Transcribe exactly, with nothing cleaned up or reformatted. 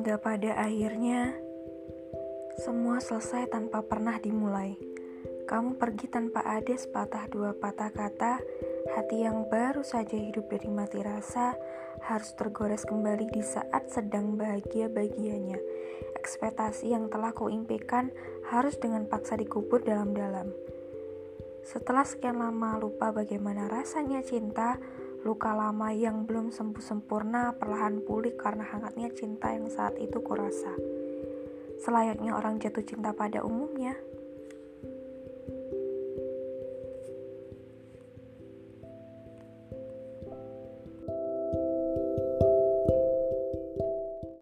Hingga pada akhirnya, semua selesai tanpa pernah dimulai. Kamu pergi tanpa ada sepatah dua patah kata. Hati yang baru saja hidup dari mati rasa harus tergores kembali di saat sedang bahagia-bahagianya. Ekspektasi yang telah kau impikan harus dengan paksa dikubur dalam-dalam. Setelah sekian lama lupa bagaimana rasanya cinta, luka lama yang belum sembuh sempurna perlahan pulih karena hangatnya cinta yang saat itu kurasa. Selayaknya orang jatuh cinta pada umumnya.